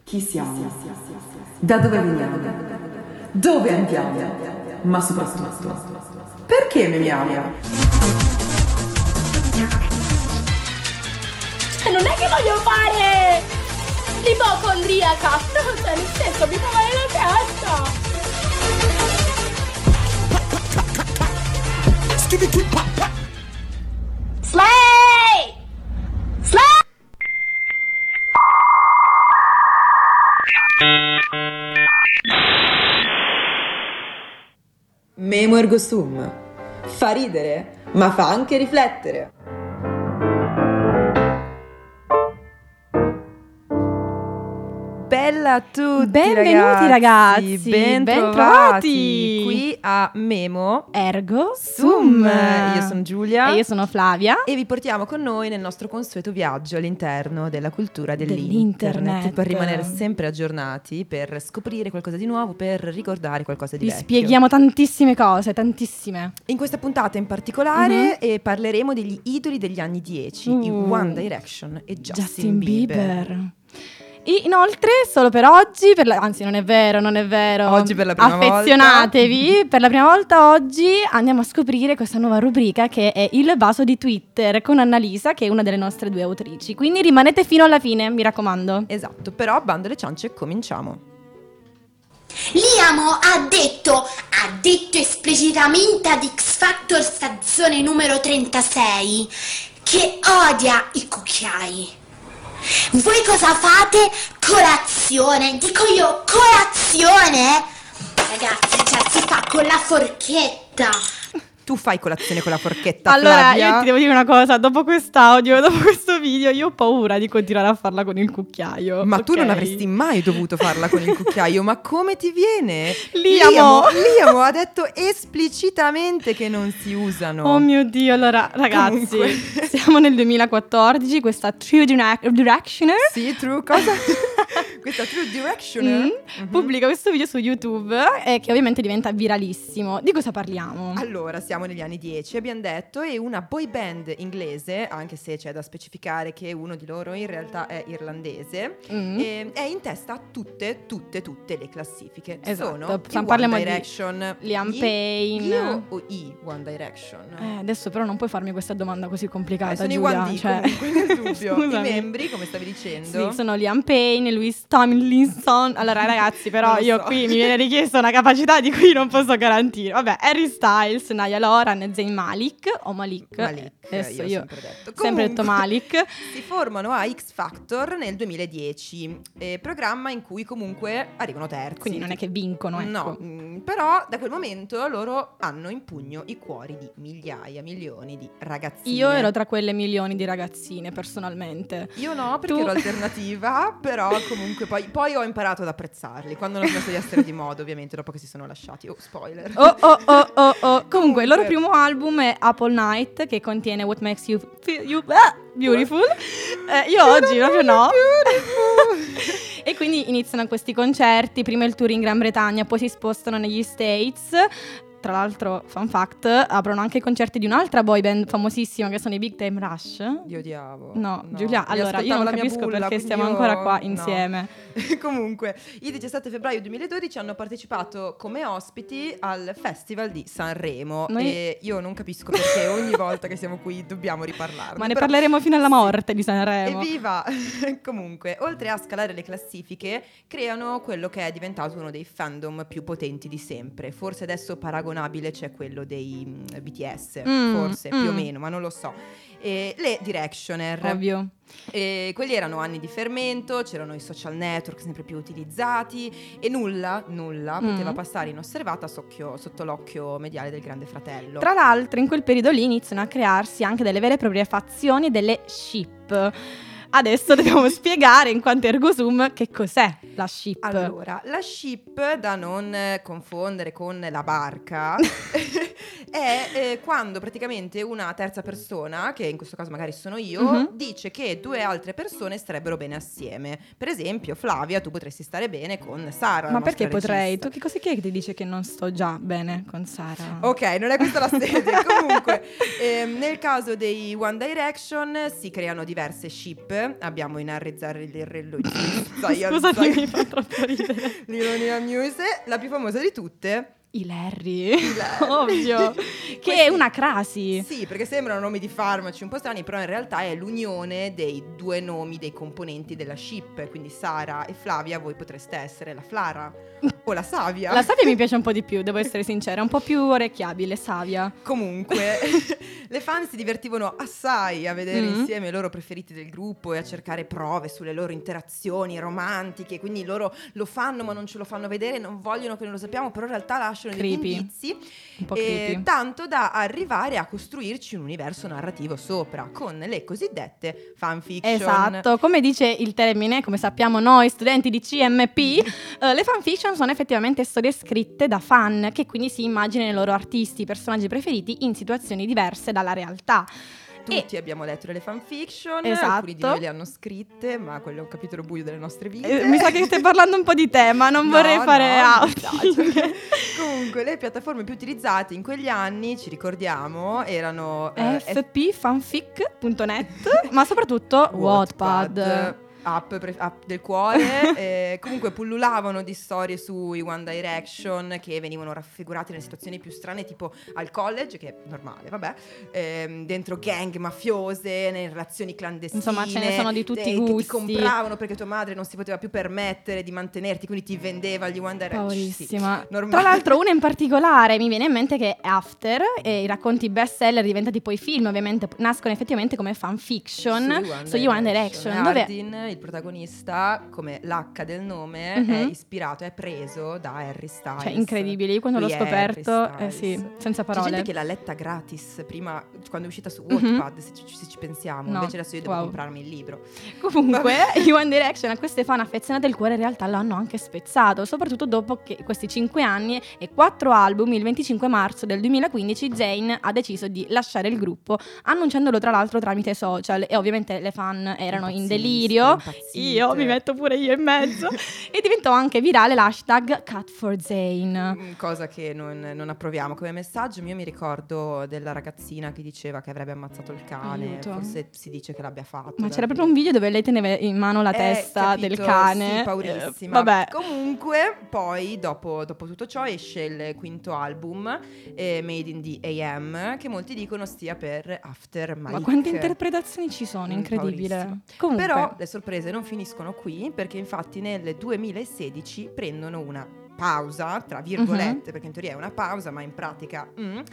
Chi siamo? Da dove veniamo? Dove andiamo? Ma soprattutto, perché memiamo? Non è che voglio fare l'ipocondriaca, no, cioè nel senso mi fa male la testa. Slay! Slay! Memo ergo sum. Fa ridere, ma fa anche riflettere. Bella a tutti, benvenuti ragazzi, bentrovati qui a Memo ergo sum. Io sono Giulia e io sono Flavia e vi portiamo con noi nel nostro consueto viaggio all'interno della cultura dell'internet per rimanere sempre aggiornati, per scoprire qualcosa di nuovo, per ricordare qualcosa di vi vecchio. Spieghiamo tantissime cose, tantissime. In questa puntata in particolare parleremo degli idoli degli anni 10, i One Direction e Justin Bieber. Inoltre, solo per oggi, anzi non è vero, oggi per la prima affezionatevi, volta. Per la prima volta oggi andiamo a scoprire questa nuova rubrica che è il vaso di Twitter con Annalisa, che è una delle nostre due autrici, quindi rimanete fino alla fine, mi raccomando. Esatto, però bando alle ciance, cominciamo. Liam ha detto esplicitamente ad X Factor stazione numero 36 che odia i cucchiai. Voi cosa fate? Colazione, dico io, colazione? Ragazzi, cioè si fa con la forchetta. Tu fai colazione con la forchetta, allora, Flavia? io ti devo dire una cosa, dopo quest'audio, dopo questo video, io ho paura di continuare a farla con il cucchiaio. Ma okay? tu non avresti mai dovuto farla con il cucchiaio, ma come ti viene? Liam ha detto esplicitamente che non si usano. Oh mio Dio, allora ragazzi, Comunque. Siamo nel 2014, questa True Directioner. Sì, True cosa? Questa True Directioner pubblica questo video su YouTube che ovviamente diventa viralissimo. Di cosa parliamo? Allora, siamo negli anni 10, abbiamo detto, e una boy band inglese, anche se c'è da specificare che uno di loro in realtà è irlandese, è in testa a tutte le classifiche. Esatto, sono parliamo One Direction, di Liam Payne. Io o i One Direction? Adesso però non puoi farmi questa domanda così complicata, sono Giulia. i One D, comunque, nel dubbio. Scusami. I membri, come stavi dicendo? Sì, sono Liam Payne, Louis Tomlinson. Allora ragazzi, però io so. Qui mi viene richiesta una capacità di cui non posso garantire. Vabbè, Harry Styles, Niall Horan e Zayn Malik o Malik. Adesso io ho sempre detto. Sempre detto Malik. Si formano a X Factor nel 2010, programma in cui comunque arrivano terzi. Quindi non è che vincono, ecco. No, però da quel momento loro hanno in pugno i cuori di migliaia, milioni di ragazzine. Io ero tra quelle milioni di ragazzine personalmente. Io no, perché ero alternativa, però comunque poi ho imparato ad apprezzarli quando hanno smesso di essere di moda, ovviamente, dopo che si sono lasciati. Oh, spoiler. Comunque, il loro primo album è Apple Night, che contiene What Makes You Feel Beautiful. Io oggi proprio no. E quindi iniziano questi concerti, prima il tour in Gran Bretagna, poi si spostano negli States. Tra l'altro, fun fact, aprono anche i concerti di un'altra boy band famosissima che sono i Big Time Rush. Li odiavo. No, Giulia, allora io non capisco perché stiamo ancora qua insieme. Comunque, il 17 febbraio 2012 hanno partecipato come ospiti al Festival di Sanremo e io non capisco perché ogni volta che siamo qui dobbiamo riparlarne. Ma ne parleremo fino alla morte di Sanremo. Evviva! Comunque, oltre a scalare le classifiche, creano quello che è diventato uno dei fandom più potenti di sempre. Forse adesso paragonabile c'è quello dei BTS, forse più o meno, ma non lo so. Le Directioner. Ovvio. Quelli erano anni di fermento, c'erano i social network sempre più utilizzati e nulla poteva passare inosservata sotto l'occhio mediale del Grande Fratello. Tra l'altro in quel periodo lì iniziano a crearsi anche delle vere e proprie fazioni e delle ship. Adesso dobbiamo spiegare in quanto ergo sum che cos'è. la ship? Allora, la ship, da non confondere con la barca, è quando praticamente una terza persona, che in questo caso magari sono io, dice che due altre persone starebbero bene assieme. Per esempio, Flavia, tu potresti stare bene con Sara. Ma perché potrei? Regista. Tu che cosa che ti dice che non sto già bene con Sara? Ok, non è questa la sede. Comunque, nel caso dei One Direction si creano diverse ship. Abbiamo in Harry Scusami, mi fa troppo ridere. L'ironia Muse, la più famosa di tutte. I Larry. Ovvio. Che è una crasi. Sì, perché sembrano nomi di farmaci un po' strani, però in realtà è l'unione dei due nomi dei componenti della ship. Quindi Sara e Flavia, voi potreste essere la Flara o la Savia. La Savia mi piace un po' di più, devo essere sincera, è un po' più orecchiabile, Savia. Comunque, le fan si divertivano assai a vedere insieme i loro preferiti del gruppo e a cercare prove sulle loro interazioni romantiche. Quindi loro lo fanno ma non ce lo fanno vedere, non vogliono che noi lo sappiamo, però in realtà lasciano degli indizi, un po' creepy, tanto da arrivare a costruirci un universo narrativo sopra, con le cosiddette fanfiction. Esatto, come dice il termine, come sappiamo noi studenti di CMP, le fanfiction sono effettivamente storie scritte da fan che quindi si immaginano i loro artisti, i personaggi preferiti in situazioni diverse dalla realtà. Tutti abbiamo letto le fanfiction, esatto. Alcuni di noi le hanno scritte, ma quello è un capitolo buio delle nostre vite. Mi sa che stai parlando un po' di te, ma non vorrei fare outing. Comunque, le piattaforme più utilizzate in quegli anni, ci ricordiamo, erano fpfanfic.net, ma soprattutto Wattpad. App del cuore. Comunque pullulavano di storie sui One Direction che venivano raffigurate nelle situazioni più strane, tipo al college, che è normale, vabbè, dentro gang mafiose, nelle relazioni clandestine. Insomma, ce ne sono di tutti i gusti. Che ti compravano perché tua madre non si poteva più permettere di mantenerti, quindi ti vendeva gli One Direction. Paurissima. Sì, normale. Tra l'altro una in particolare mi viene in mente che After, e i racconti best seller diventati poi film, ovviamente nascono effettivamente come fanfiction sugli One Direction, dove Hardin, il protagonista, come l'H del nome, è ispirato, è preso da Harry Styles. Cioè, incredibile, io quando l'ho scoperto, sì, senza parole. C'è gente che l'ha letta gratis prima, quando è uscita su Wattpad, se ci pensiamo. No. Invece adesso io devo comprarmi il libro. Comunque, i One Direction a queste fan affezionate il cuore in realtà l'hanno anche spezzato, soprattutto dopo che questi 5 anni e 4 album, il 25 marzo del 2015 Zayn ha deciso di lasciare il gruppo, annunciandolo tra l'altro tramite social, e ovviamente le fan erano in delirio. Io mi metto pure io in mezzo. E diventò anche virale l'hashtag Cut for Zayn, cosa che non approviamo come messaggio. Io mi ricordo della ragazzina che diceva che avrebbe ammazzato il cane. Aiuto. Forse si dice che l'abbia fatto. ma c'era proprio un video dove lei teneva in mano la testa del cane. Sì, paurissima. Vabbè. Comunque poi dopo tutto ciò esce il quinto album, Made in the AM, che molti dicono stia per After Malik. Ma quante interpretazioni ci sono, incredibile. Comunque, però le sorprese non finiscono qui, perché infatti nel 2016 prendono una pausa, tra virgolette, perché in teoria è una pausa, ma in pratica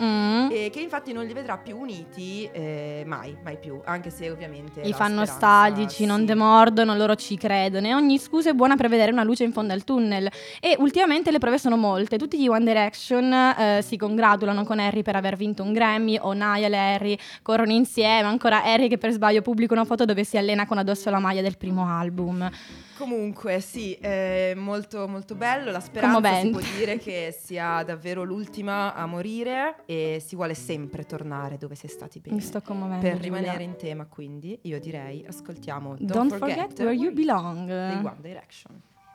e che infatti non li vedrà più uniti mai più, anche se ovviamente i fan nostalgici non demordono, loro ci credono e ogni scusa è buona per vedere una luce in fondo al tunnel. E ultimamente le prove sono molte, tutti gli One Direction si congratulano con Harry per aver vinto un Grammy, o Niall e Harry corrono insieme, ancora Harry che per sbaglio pubblica una foto dove si allena con addosso la maglia del primo album. Comunque sì, è molto molto bello, la speranza si può dire che sia davvero l'ultima a morire e si vuole sempre tornare dove si è stati bene. Mi sto commuovendo, per Giulia. rimanere in tema, quindi io direi ascoltiamo Don't Forget Where You Belong dei One Direction.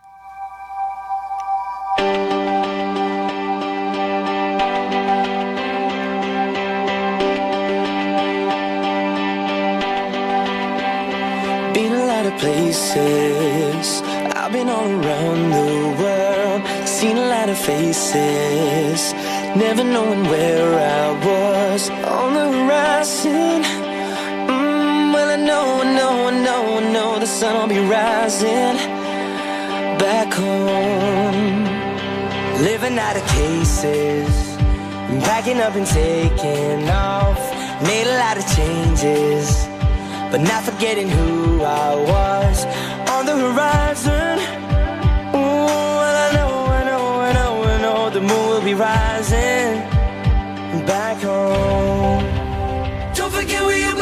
Been a lot of places, I've been all around the world, seen a lot of faces, never knowing where I was on the horizon. Well, I know the sun will be rising back home. Living out of cases, packing up and taking off, made a lot of changes, but not forgetting who I was on the horizon. Ooh, well, I know the moon will be rising back home. Don't forget where you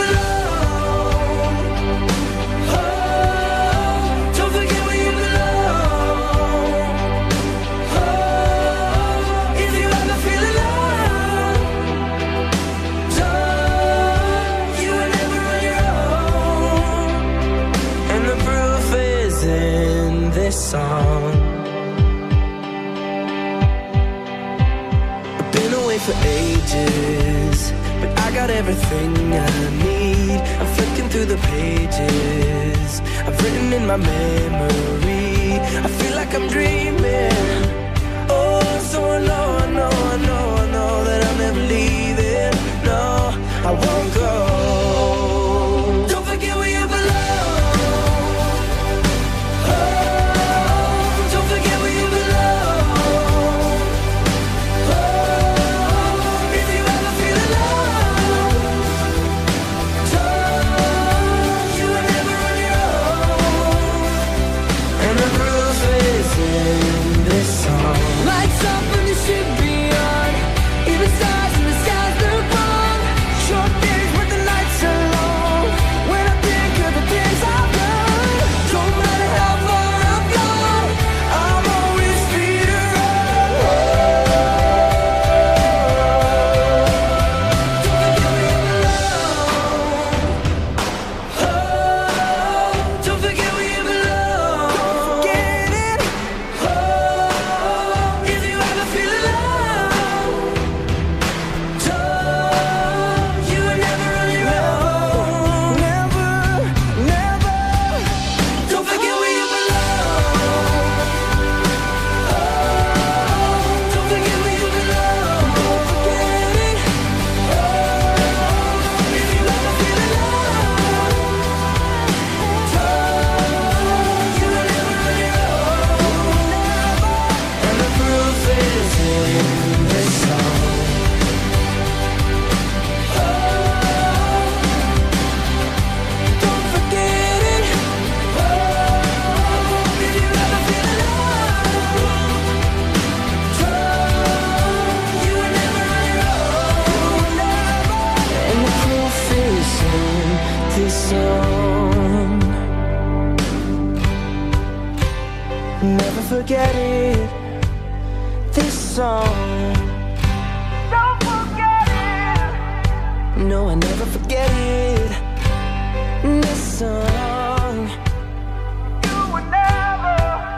belong. Oh, don't forget where you belong. this song. I've been away for ages, but I got everything I need. I'm flicking through the pages I've written in my memory. I feel like I'm dreaming. Oh, so I know, I know, I know, I know that I'm never leaving. No, I won't go. Don't forget where you belong. Oh, don't forget where you belong. Oh, if you ever feel alone, you are never on your own. And the proof is in this song. Lights up when you should be on. Even stars in the skies look wrong. Short days when the nights are long. When I think of the things I've done, don't matter how far I've gone, I'm always free to run. Don't forget where you belong. Oh, don't forget where you belong. Don't forget it. Oh, if you ever feel alone, you are never on your own. Never, never. Don't forget where you belong. Don't forget where you belong. Don't forget it. If you ever feel alone, you are never on your own. And the proof is in this song. Don't forget it. If you ever feel alone, you are never on your own. And the proof is in this song. Never forget it. This song. Don't forget it. No, I never forget it. This song. You will never.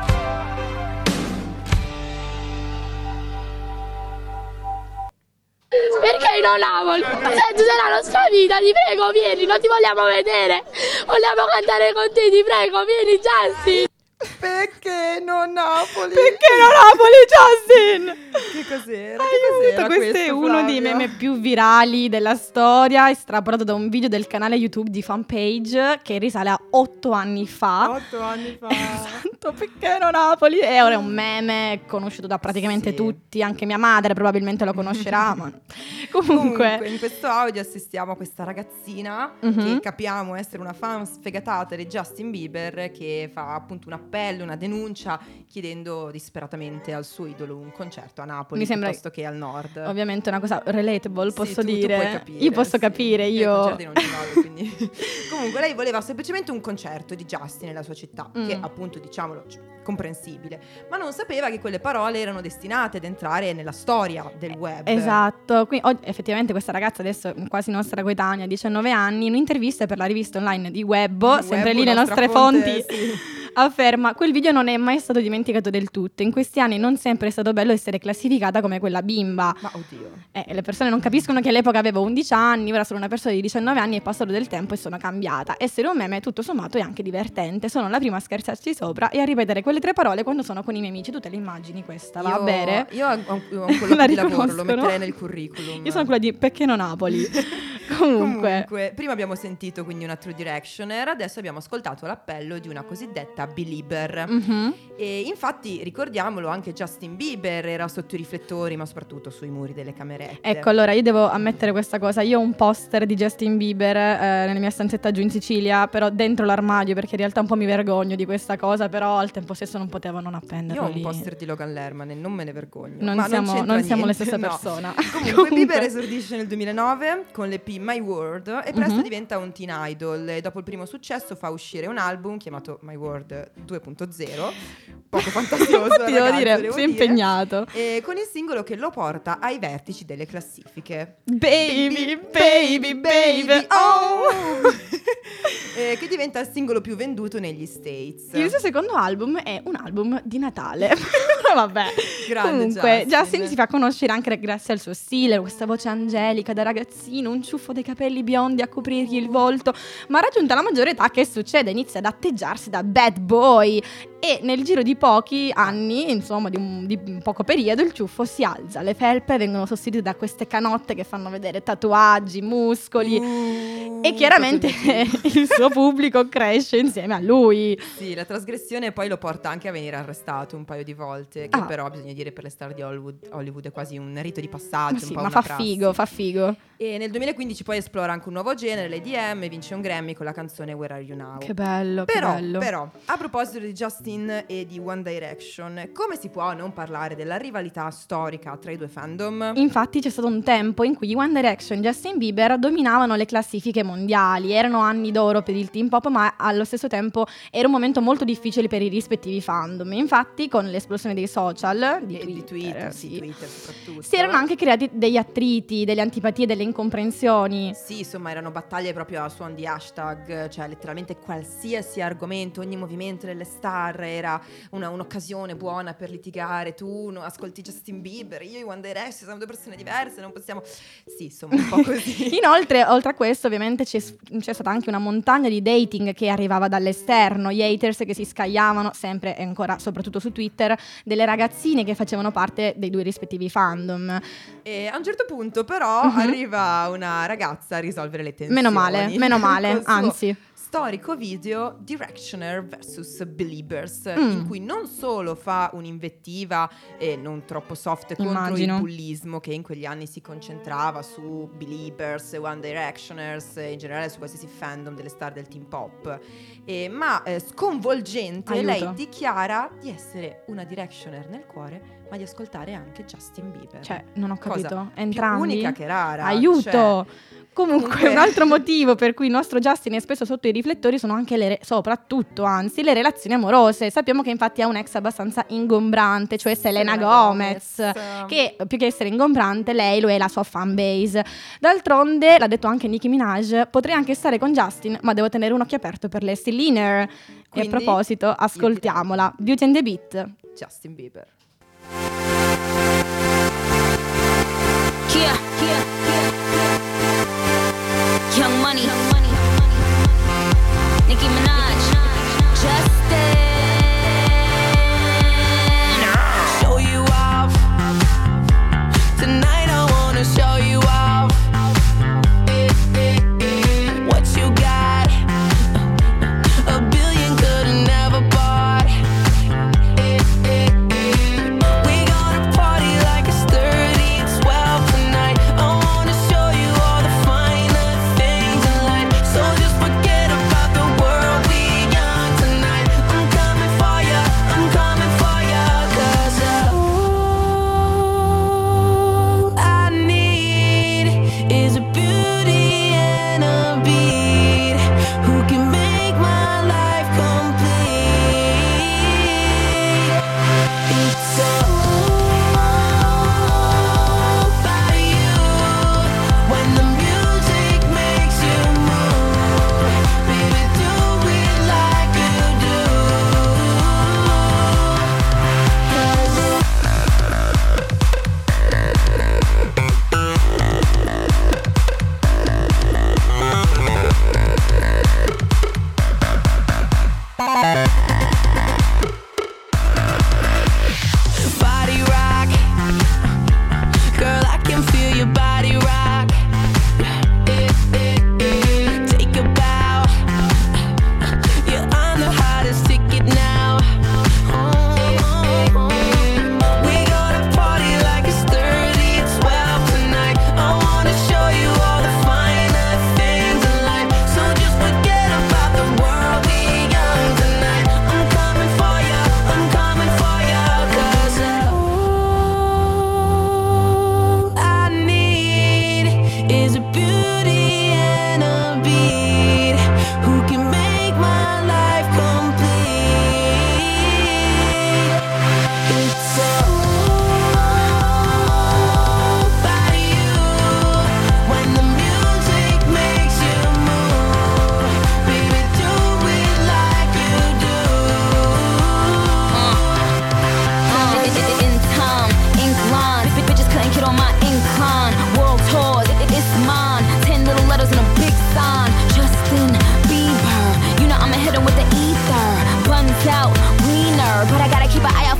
Perché non Napoli? Se tu sei la nostra vita, ti prego vieni, non ti vogliamo vedere. Vogliamo cantare con te, ti prego vieni Justin. Perché non Napoli? Perché non Napoli, Justin? Che cos'era? Aiuto, questo è uno dei meme più virali della storia, estrapolato da un video del canale YouTube di Fanpage che risale a 8 anni fa. 8 anni fa. Esatto, perché non Napoli? E ora è un meme conosciuto da praticamente Sì. tutti, anche mia madre probabilmente lo conoscerà, ma comunque In questo audio assistiamo a questa ragazzina che capiamo essere una fan sfegatata di Justin Bieber, che fa appunto un appello, una denuncia, chiedendo disperatamente al suo idolo un concerto a Napoli Mi sembra piuttosto che al nord. ovviamente una cosa relatable, Sì, posso tu dire. puoi capire, Io posso sì. capire, Io ai io concerti non ci vado, quindi. Comunque lei voleva semplicemente un concerto di Justin nella sua città, che appunto, diciamolo, comprensibile, ma non sapeva che quelle parole erano destinate ad entrare nella storia del web. Esatto, quindi effettivamente questa ragazza adesso è quasi nostra coetanea, 19 anni, in un'intervista per la rivista online di Webbo, sempre lì le nostre fonti, afferma: quel video non è mai stato dimenticato del tutto, in questi anni non sempre è stato bello essere classificata come quella bimba. Ma oddio. Le persone non capiscono che all'epoca avevo 11 anni, ora sono una persona di 19 anni, è passato del tempo e sono cambiata. Essere un meme tutto sommato è anche divertente, sono la prima a scherzarci sopra e a ripetere quelle 3 parole quando sono con i miei amici. Tu te le immagini questa? Va a bere? Io ho un colloquio La di lavoro, lo riconoscono? metterei nel curriculum. Io sono quella di perché non Napoli? Comunque. Prima abbiamo sentito quindi una True Directioner, adesso abbiamo ascoltato l'appello di una cosiddetta Belieber. E infatti, ricordiamolo, anche Justin Bieber era sotto i riflettori, ma soprattutto sui muri delle camerette. Ecco, allora io devo ammettere questa cosa. Io ho un poster di Justin Bieber nella mia stanzetta giù in Sicilia, però dentro l'armadio, perché in realtà un po' mi vergogno di questa cosa, però al tempo stesso non potevo non appenderlo Io ho un lì. poster di Logan Lerman e non me ne vergogno. Non ma siamo- c'entra non siamo la niente, stessa no. persona. Comunque Bieber esordisce nel 2009 con l'EP My World e presto diventa un teen idol, e dopo il primo successo fa uscire un album chiamato My World 2.0, poco fantasioso. Infatti devo ragazzi, dire, devo sei impegnato. E con il singolo che lo porta ai vertici delle classifiche. Baby, baby, baby, oh! che diventa il singolo più venduto negli States. Il suo secondo album è un album di Natale. Vabbè. Grande Comunque, Justin. Justin si fa conoscere anche grazie al suo stile, questa voce angelica da ragazzino, un ciuffo dei capelli biondi a coprirgli il volto. Ma raggiunta la maggiore età, che succede? Inizia ad atteggiarsi da bad boy e nel giro di pochi anni, insomma di un poco periodo, il ciuffo si alza, le felpe vengono sostituite da queste canotte che fanno vedere tatuaggi, muscoli e chiaramente il suo pubblico cresce insieme a lui. Sì, la trasgressione poi lo porta anche a venire arrestato un paio di volte, che però bisogna dire per le star di Hollywood è quasi un rito di passaggio, Sì, un po' ma una fa prassi. figo. E nel 2015 poi esplora anche un nuovo genere, l'EDM, e vince un Grammy con la canzone Where Are You Now. Che bello, Però, che bello. però, a proposito di Justin e di One Direction, come si può non parlare della rivalità storica tra i due fandom? Infatti c'è stato un tempo in cui One Direction e Justin Bieber dominavano le classifiche mondiali. Erano anni d'oro per il teen pop, ma allo stesso tempo era un momento molto difficile per i rispettivi fandom. Infatti, con l'esplosione dei social, Di Twitter, sì, Twitter soprattutto. si erano anche creati degli attriti, delle antipatie, delle incomprensioni. Sì, insomma, erano battaglie proprio a suon di hashtag, cioè letteralmente qualsiasi argomento, ogni movimento delle star era un'occasione buona per litigare. Tu ascolti Justin Bieber, io e One Direction, siamo due persone diverse, non possiamo... Sì, insomma, un po' così. Inoltre, oltre a questo, ovviamente c'è stata anche una montagna di dating che arrivava dall'esterno, gli haters che si scagliavano, sempre e ancora, soprattutto su Twitter, delle ragazzine che facevano parte dei due rispettivi fandom. E a un certo punto però arriva una ragazza a risolvere le tensioni. Meno male, Col suo anzi. storico video Directioner vs Beliebers, in cui non solo fa un'invettiva non troppo soft contro Immagino. il bullismo che in quegli anni si concentrava su Beliebers, One Directioners e in generale su qualsiasi fandom delle star del teen pop, ma sconvolgente, Aiuto. lei dichiara di essere una Directioner nel cuore, ma di ascoltare anche Justin Bieber. Cioè, non ho capito. Cosa Entrambi? più unica che rara. Aiuto! Cioè, Comunque, un altro motivo per cui il nostro Justin è spesso sotto i riflettori sono anche soprattutto, anzi, le relazioni amorose. Sappiamo che infatti ha un ex abbastanza ingombrante, cioè Selena Gomez, che più che essere ingombrante, lei lo è la sua fan base. D'altronde, l'ha detto anche Nicki Minaj, potrei anche stare con Justin, ma devo tenere un occhio aperto per le Liner. E a Quindi, proposito, ascoltiamola. Beauty and the Beat. Justin Bieber. Young Money, Nicki Minaj, Justin. Show you off tonight. I wanna show you off what you got. A billion could've never bought. We gonna party like it's 30 and 12 tonight. I wanna show you all the finer things in life. So just forget about the world we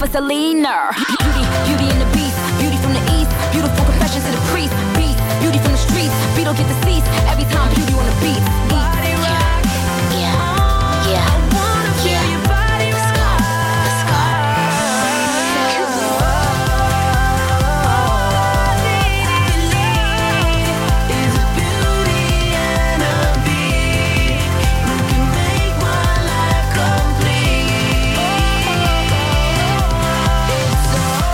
for Selena. Beauty and the beast, beauty from the east, beautiful confessions to the priest, beast, beauty from the streets, beat don't get deceased, every time beauty on the beat. Body rock, yeah. I wanna feel your body rock. Let's go. All I need is a beauty and a beat. You can make my life complete. It's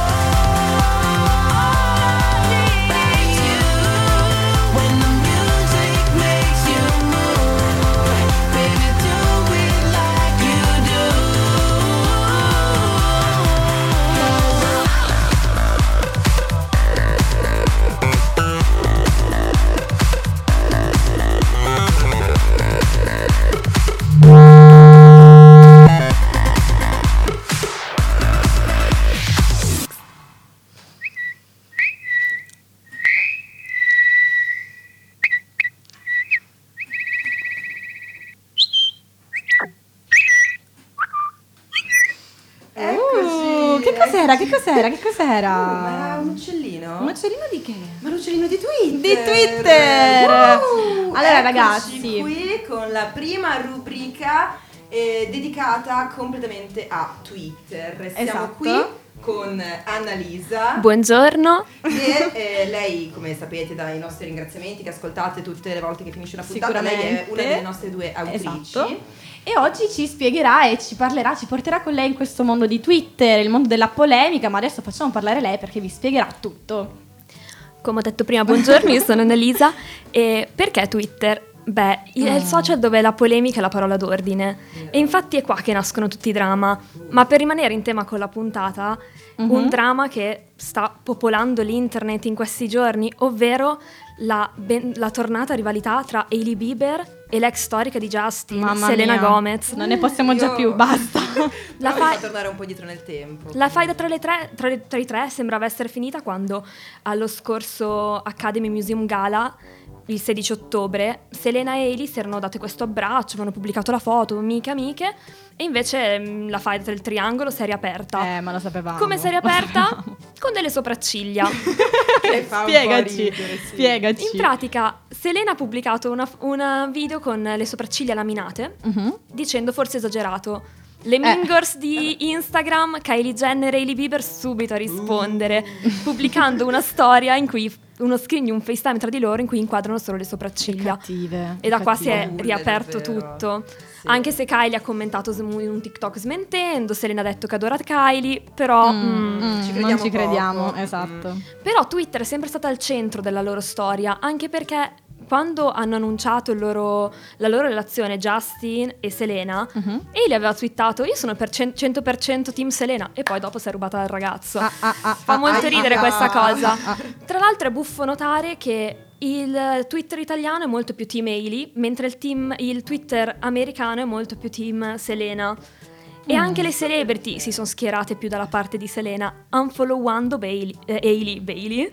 when the music makes you move, baby, do it like you do. Che cos'era? Che cos'era? Che cos'era? Era un uccellino? Un uccellino di che? Ma l'uccellino di Twitter! Di Twitter! Allora, Eccoci ragazzi, qui con la prima rubrica dedicata completamente a Twitter. Siamo Esatto. qui con Annalisa. Buongiorno. Che lei, come sapete dai nostri ringraziamenti che ascoltate tutte le volte che finisce una puntata, lei è Sicuramente. una delle nostre due autrici. Esatto. E oggi ci spiegherà e ci parlerà, ci porterà con lei in questo mondo di Twitter, il mondo della polemica, ma adesso facciamo parlare lei perché vi spiegherà tutto. Come ho detto prima, buongiorno, io sono Annalisa. E perché Twitter? Beh, è il social dove la polemica è la parola d'ordine. E infatti è qua che nascono tutti i drama. Ma per rimanere in tema con la puntata, un drama che sta popolando l'internet in questi giorni, ovvero la tornata rivalità tra Hailey Bieber e l'ex storica di Justin, Mamma Selena mia. Gomez. Non ne possiamo già più, basta. La fai tornare un po' dietro nel tempo. La faida tra i tre sembrava essere finita quando allo scorso Academy Museum Gala, il 16 ottobre, Selena e Hailey si erano date questo abbraccio, avevano pubblicato la foto, amiche, e invece la faida del triangolo si è riaperta. Ma lo sapevamo. Come si è riaperta? Con delle sopracciglia. Che fa un po' Spiegaci, ridere, sì. spiegaci. In pratica, Selena ha pubblicato una video con le sopracciglia laminate, dicendo forse esagerato. Le Mingers di Instagram, Kylie Jenner e Hailey Bieber subito a rispondere, pubblicando una storia in cui uno screen di un FaceTime tra di loro in cui inquadrano solo le sopracciglia. Cattive. E da qua si è Cattive, riaperto davvero. tutto. Sì. Anche se Kylie ha commentato in un TikTok smentendo, Selena ha detto che adora Kylie, però... Non crediamo ci crediamo, poco. esatto. Però Twitter è sempre stata al centro della loro storia, anche perché quando hanno annunciato la loro relazione, Justin e Selena, Hailey aveva twittato: io sono per 100% team Selena, e poi dopo si è rubata dal ragazzo. Fa molto ridere questa cosa. Tra l'altro è buffo notare che il Twitter italiano è molto più team Hailey, mentre il Twitter americano è molto più team Selena. E anche le celebrity si sono schierate più dalla parte di Selena, unfollowando Hailey.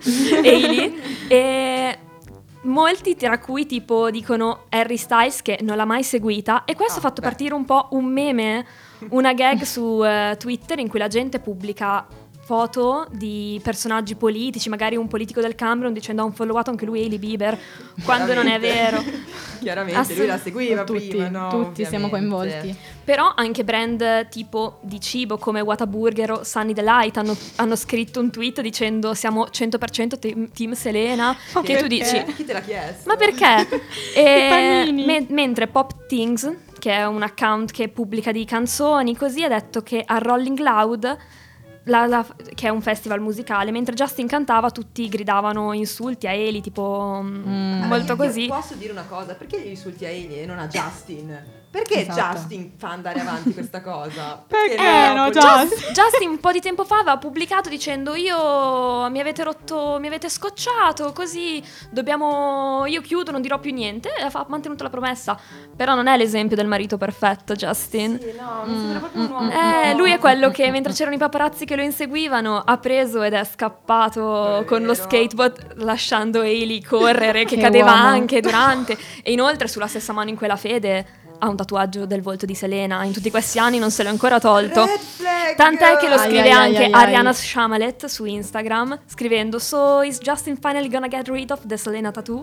E molti, tra cui tipo dicono Harry Styles, che non l'ha mai seguita, e questo ha fatto partire un po' un meme, una gag su Twitter in cui la gente pubblica foto di personaggi politici, magari un politico del Cameron dicendo: ha unfollowato anche lui Hailey Bieber, quando non è vero. Chiaramente lui la seguiva prima, no? Tutti siamo Ovviamente. coinvolti. Però anche brand tipo di cibo come Whataburger o Sunny Delight hanno scritto un tweet dicendo: siamo 100% team Selena, che tu dici: Chi te l'ha chiesto? ma perché? panini. Mentre Pop Things, che è un account che pubblica di canzoni così, ha detto che a Rolling Loud, che è un festival musicale, mentre Justin cantava tutti gridavano insulti a Hailey, tipo molto così. Io posso dire una cosa: perché gli insulti a Hailey e non a Justin? Perché Esatto. Justin fa andare avanti questa cosa? Perché no, Justin? Justin un po' di tempo fa aveva pubblicato dicendo: mi avete rotto, mi avete scocciato, così io chiudo, non dirò più niente, e ha mantenuto la promessa. Però non è l'esempio del marito perfetto, Justin. Sì, no, mi sembra proprio un uomo. Lui è quello che, mentre c'erano i paparazzi che lo inseguivano, ha preso ed è scappato con lo skateboard, lasciando Hailey correre, che Che cadeva uomo. anche durante. E inoltre, sulla stessa mano in quella fede, ha un tatuaggio del volto di Selena, in tutti questi anni non se l'è ancora tolto. Red flag! Tant'è che lo Ai, scrive ai, ai, anche ai, ai. Ariana Shamalet su Instagram, scrivendo "So is Justin finally gonna get rid of the Selena tattoo?"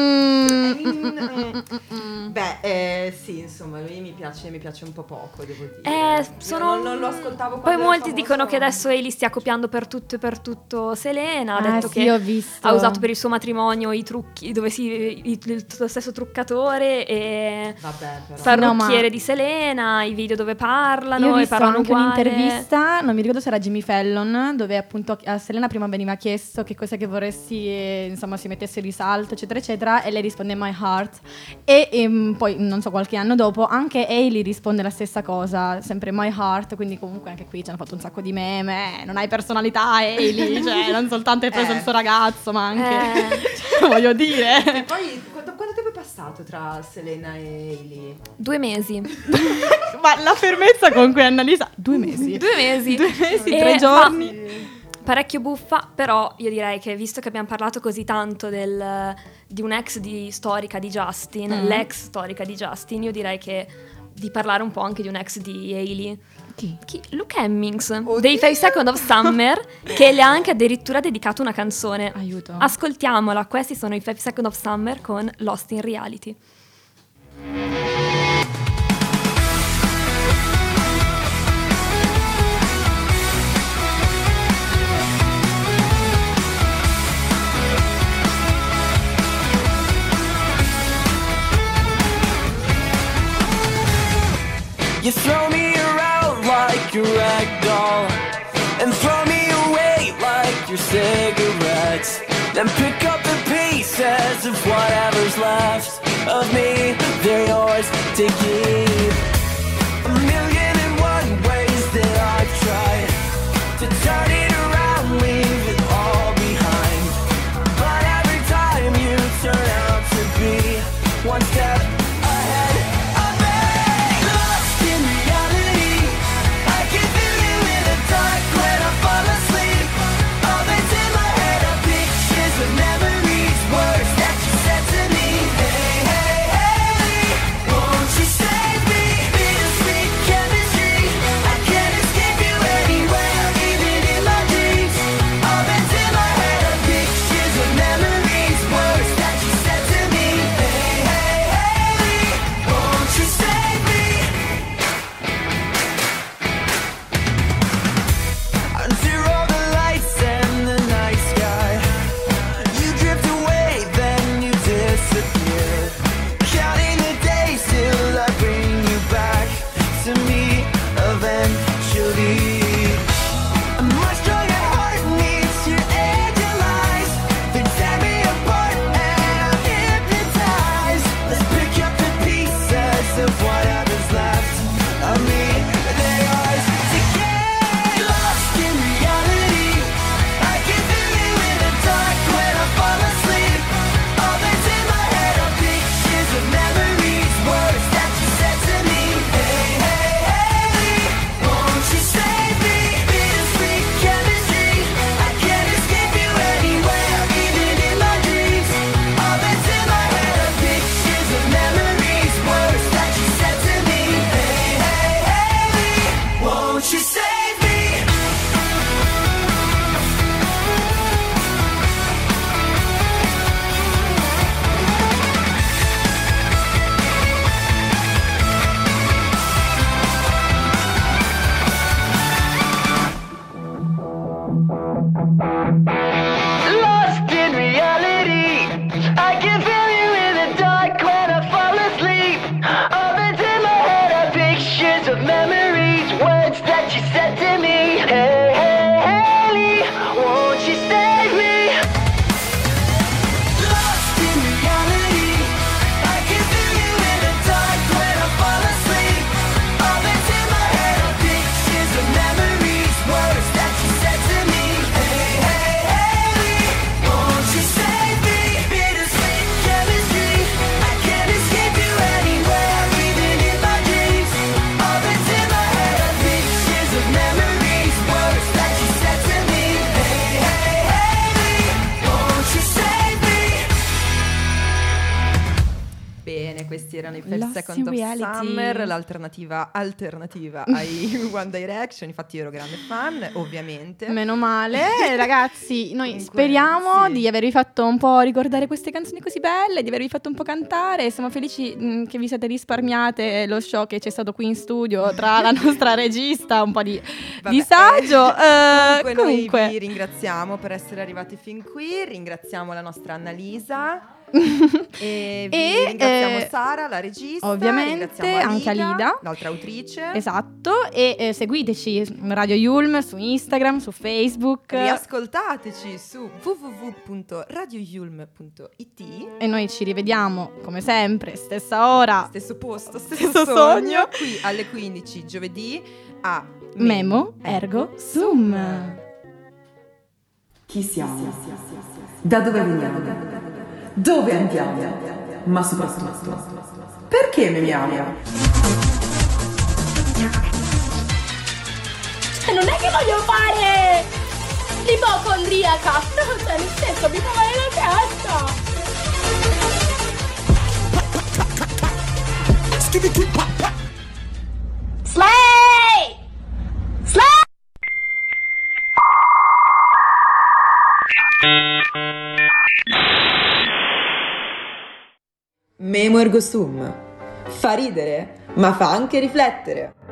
Beh, sì, insomma, lui mi piace un po' poco, devo dire. Io non lo ascoltavo Poi quando era molti famoso. dicono che adesso Hailey stia copiando per tutto e per tutto Selena. Ha detto sì, che ho visto. ha usato per il suo matrimonio i trucchi dove lo stesso truccatore e Vabbè, però. parrucchiere di Selena, i video dove parlano Io ho e visto parlano anche uguale. un'intervista, non mi ricordo se era Jimmy Fallon, dove appunto a Selena prima veniva chiesto che cosa che vorresti, insomma, si mettesse in risalto, eccetera, eccetera, e lei risponde My Heart. E poi, non so, qualche anno dopo, anche Hailey risponde la stessa cosa, sempre My Heart, quindi comunque anche qui ci hanno fatto un sacco di meme, non hai personalità Hailey, cioè non soltanto hai preso il suo ragazzo, ma anche, cioè, voglio dire. E poi, quanto tempo è passato tra Selena e Hailey? 2 mesi. Ma la fermezza con cui Annalisa, 2 mesi. 2 mesi. 2 mesi, E 3 giorni. parecchio buffa, però io direi che visto che abbiamo parlato così tanto di un'ex storica di Justin, l'ex storica di Justin, io direi che di parlare un po' anche di un'ex di Hailey. Chi? Luke Hemmings, dei 5 Seconds of Summer, che le ha anche addirittura dedicato una canzone. Aiuto. Ascoltiamola, questi sono i 5 Seconds of Summer con Lost in Reality. You throw me around like a rag doll and throw me away like your cigarettes. Then pick up the pieces of whatever's left of me. They're yours to keep. 1,000,001 ways that I've tried to turn it around, leave it all behind. But every time you turn out to be one step ahead of me. Lost in reality, I can feel you in the dark when I fall asleep. Always in my head are pictures of memories, words that you said to me. Hey, hey, hey, won't you save me? Bittersweet chemistry, I can't escape you anywhere, even in my dreams. Always in my head are pictures of memories, words that you said to me. Hey, hey, hey, won't you save me? Under all the lights and the night sky, you drift away, then you disappear. Counting the days till I bring you back to me eventually. A much stronger heart needs to angelize, then tear me apart and I'm hypnotized. Let's pick up the pieces of whatever's left of me. They're yours to get. Lost in reality, I can feel you in the dark when I fall asleep. Always in my head are pictures of memories, words that you said to me. Hey, hey, hey, won't you save me? Bittersweet chemistry, I can't escape you anywhere, even in my dreams. Always in my head are pictures of memories, words that you said to me. Hey, hey, hey, won't you save me? Lost in reality, I can feel you in the dark when I fall asleep. Always in my head are pictures of memories, words that you said to me. Hey, hey, Hailey, won't you save me? Lost in reality, I can feel you in the dark when I fall asleep. Always in my head are pictures of memories, words that you said to me. Hey, hey, hey. questi erano i First Lost Second in of Reality. Summer, l'alternativa ai One Direction. Infatti io ero grande fan, ovviamente. Meno male, ragazzi, noi Comunque, speriamo sì. di avervi fatto un po' ricordare queste canzoni così belle, di avervi fatto un po' cantare. Siamo felici che vi siate risparmiate lo show che c'è stato qui in studio tra la nostra regista, un po' di Vabbè, disagio. Comunque noi vi ringraziamo per essere arrivati fin qui, ringraziamo la nostra Annalisa e ringraziamo Sara, la regista, ovviamente ringraziamo anche Alida, l'altra autrice. Esatto, e seguiteci Radio Yulm su Instagram, su Facebook. Riascoltateci su www.radioyulm.it e noi ci rivediamo come sempre, stessa ora, stesso posto, stesso sogno, qui alle 15 giovedì a Memo Ergo Sum. Chi siamo? Da dove veniamo? Dove andiamo? Ma soprattutto, perché memiamo? Non è che voglio fare l'ipocondriaca, no, cioè nel senso mi fa male la testa. Slay! Slay! Memo Ergo Sum. Fa ridere, ma fa anche riflettere.